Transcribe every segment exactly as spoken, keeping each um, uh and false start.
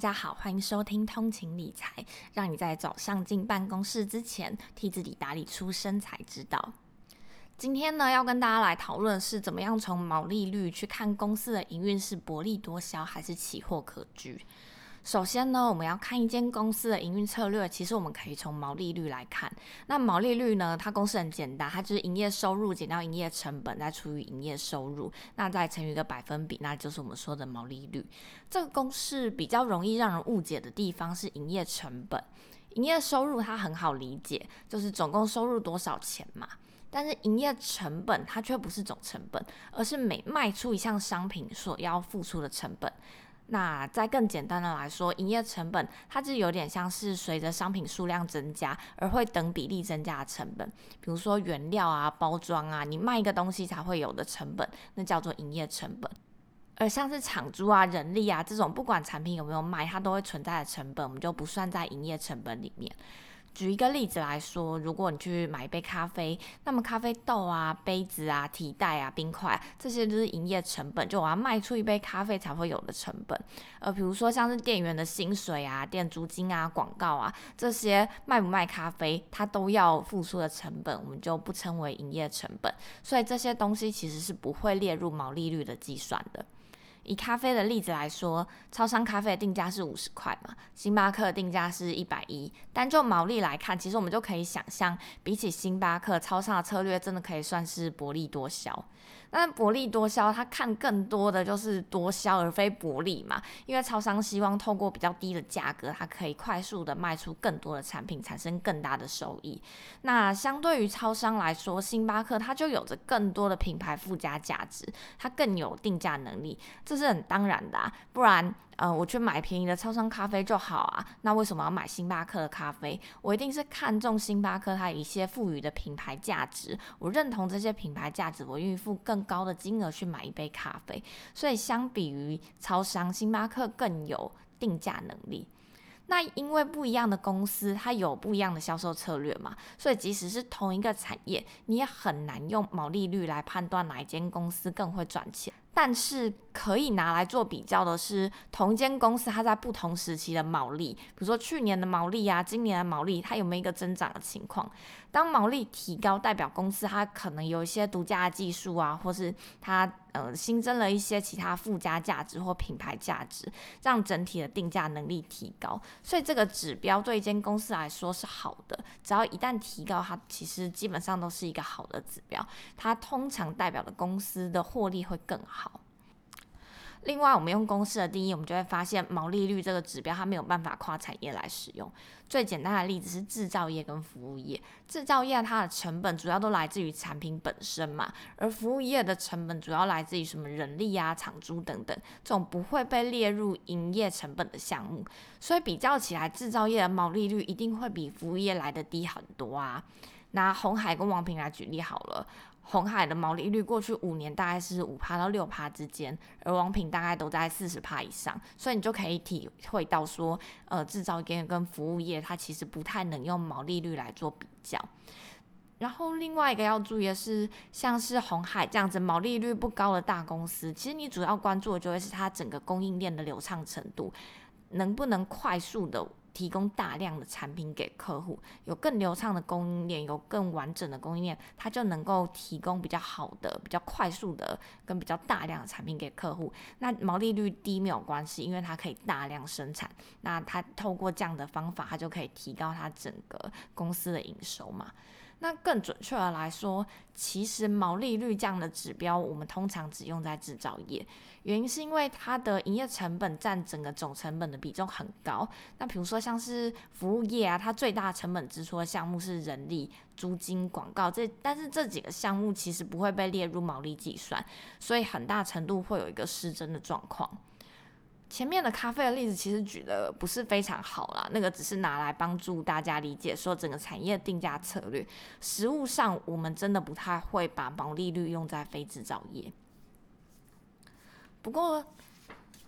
家好，欢迎收听通勤理财，让你在早上进办公室之前，替自己打理出生财之道。今天呢，要跟大家来讨论的是怎么样从毛利率去看公司的营运是薄利多销还是奇货可居。首先呢，我们要看一间公司的营运策略，其实我们可以从毛利率来看。那毛利率呢，它公式很简单，它就是营业收入减掉营业成本，再除以营业收入，那再乘以一个百分比，那就是我们说的毛利率。这个公式比较容易让人误解的地方是营业成本。营业收入它很好理解，就是总共收入多少钱嘛。但是营业成本它却不是总成本，而是每卖出一项商品所要付出的成本。那再更简单的来说，营业成本它就有点像是随着商品数量增加而会等比例增加的成本，比如说原料啊、包装啊，你卖一个东西才会有的成本，那叫做营业成本。而像是厂租啊、人力啊这种不管产品有没有卖，它都会存在的成本，我们就不算在营业成本里面。举一个例子来说，如果你去买一杯咖啡，那么咖啡豆啊、杯子啊、提袋啊、冰块啊，这些就是营业成本，就我要卖出一杯咖啡才会有的成本。呃，比如说像是店员的薪水啊、店租金啊、广告啊，这些卖不卖咖啡，它都要付出的成本，我们就不称为营业成本。所以这些东西其实是不会列入毛利率的计算的。以咖啡的例子来说，超商咖啡的定价是五十块嘛，星巴克的定价是一百一十，单就毛利来看，其实我们就可以想象，比起星巴克，超商的策略真的可以算是薄利多销。但薄利多销，它看更多的就是多销而非薄利嘛，因为超商希望透过比较低的价格，它可以快速的卖出更多的产品，产生更大的收益。那相对于超商来说，星巴克它就有着更多的品牌附加价值，它更有定价能力，这是很当然的啊，不然呃，我去买便宜的超商咖啡就好啊，那为什么要买星巴克的咖啡？我一定是看中星巴克它一些赋予的品牌价值，我认同这些品牌价值，我愿意付更高的金额去买一杯咖啡。所以相比于超商，星巴克更有定价能力。那因为不一样的公司，它有不一样的销售策略嘛，所以即使是同一个产业，你也很难用毛利率来判断哪一间公司更会赚钱。但是可以拿来做比较的是，同一间公司它在不同时期的毛利，比如说去年的毛利啊，今年的毛利，它有没有一个增长的情况？当毛利提高，代表公司它可能有一些独家的技术啊，或是它呃新增了一些其他附加价值或品牌价值，让整体的定价能力提高。所以这个指标对一间公司来说是好的，只要一旦提高，它其实基本上都是一个好的指标，它通常代表的公司的获利会更好。另外，我们用公式的定义，我们就会发现毛利率这个指标它没有办法跨产业来使用。最简单的例子是制造业跟服务业，制造业它的成本主要都来自于产品本身嘛，而服务业的成本主要来自于什么人力啊、厂租等等，这种不会被列入营业成本的项目。所以比较起来，制造业的毛利率一定会比服务业来得低很多啊。拿鸿海跟王品来举例好了。鸿海的毛利率过去五年大概是 百分之五 到 百分之六 之间，而王品大概都在 百分之四十 以上，所以你就可以体会到说，呃，制造业跟服务业它其实不太能用毛利率来做比较。然后另外一个要注意的是，像是鸿海这样子毛利率不高的大公司，其实你主要关注的就会是它整个供应链的流畅程度，能不能快速的提供大量的产品给客户，有更流畅的供应链，有更完整的供应链，它就能够提供比较好的、比较快速的跟比较大量的产品给客户。那毛利率低没有关系，因为它可以大量生产，那它透过这样的方法，它就可以提高它整个公司的营收嘛。那更准确的来说，其实毛利率这样的指标，我们通常只用在制造业，原因是因为它的营业成本占整个总成本的比重很高。那比如说像是服务业啊，它最大的成本支出的项目是人力、租金、广告，这但是这几个项目其实不会被列入毛利计算，所以很大程度会有一个失真的状况。前面的咖啡的例子其实举的不是非常好啦，那个只是拿来帮助大家理解说整个产业定价策略。实务上我们真的不太会把毛利率用在非制造业。不过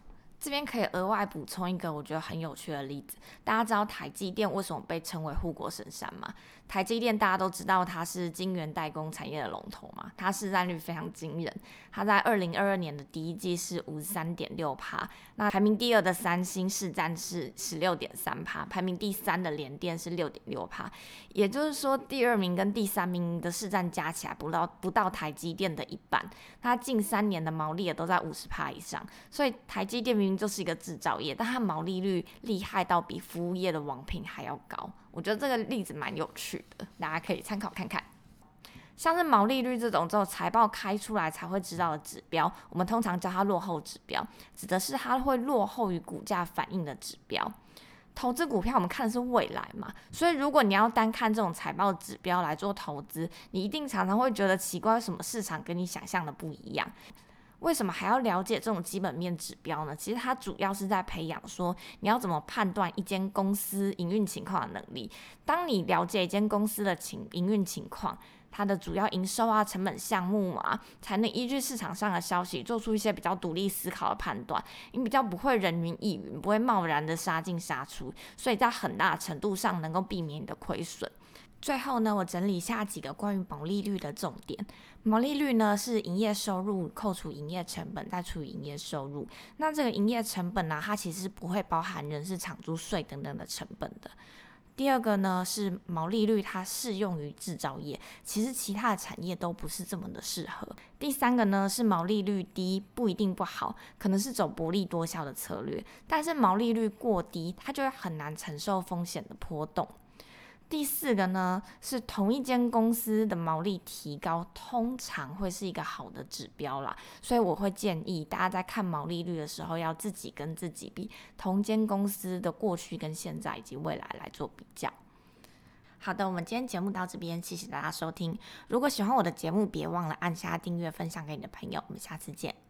这边可以额外补充一个我觉得很有趣的例子，大家知道台积电为什么被称为护国神山吗？台积电大家都知道它是晶圆代工产业的龙头嘛，它市占率非常惊人，它在二零二二年的第一季是 百分之五十三点六， 那排名第二的三星市占是 百分之十六点三， 排名第三的联电是 百分之六点六， 也就是说第二名跟第三名的市占加起来不到不到台积电的一半，它近三年的毛利也都在 百分之五十 以上，所以台积电明明就是一个制造业，但它毛利率厉害到比服务业的王品还要高，我觉得这个例子蛮有趣的，大家可以参考看看。像是毛利率这种只有财报开出来才会知道的指标，我们通常叫它落后指标，指的是它会落后于股价反应的指标。投资股票我们看的是未来嘛，所以如果你要单看这种财报指标来做投资，你一定常常会觉得奇怪，为什么市场跟你想象的不一样？为什么还要了解这种基本面指标呢？其实它主要是在培养说你要怎么判断一间公司营运情况的能力。当你了解一间公司的情营运情况，它的主要营收啊、成本项目啊，才能依据市场上的消息做出一些比较独立思考的判断。你比较不会人云亦云，不会贸然的杀进杀出，所以在很大程度上能够避免你的亏损。最后呢，我整理一下几个关于毛利率的重点。毛利率呢是营业收入扣除营业成本再除以营业收入。那这个营业成本呢，它其实是不会包含人事、场租税等等的成本的。第二个呢是毛利率，它适用于制造业，其实其他的产业都不是这么的适合。第三个呢是毛利率低不一定不好，可能是走薄利多销的策略，但是毛利率过低，它就会很难承受风险的波动。第四个呢是同一间公司的毛利提高通常会是一个好的指标啦，所以我会建议大家在看毛利率的时候要自己跟自己比，同间公司的过去跟现在以及未来来做比较。好的，我们今天节目到这边，谢谢大家收听。如果喜欢我的节目，别忘了按下订阅，分享给你的朋友。我们下次见。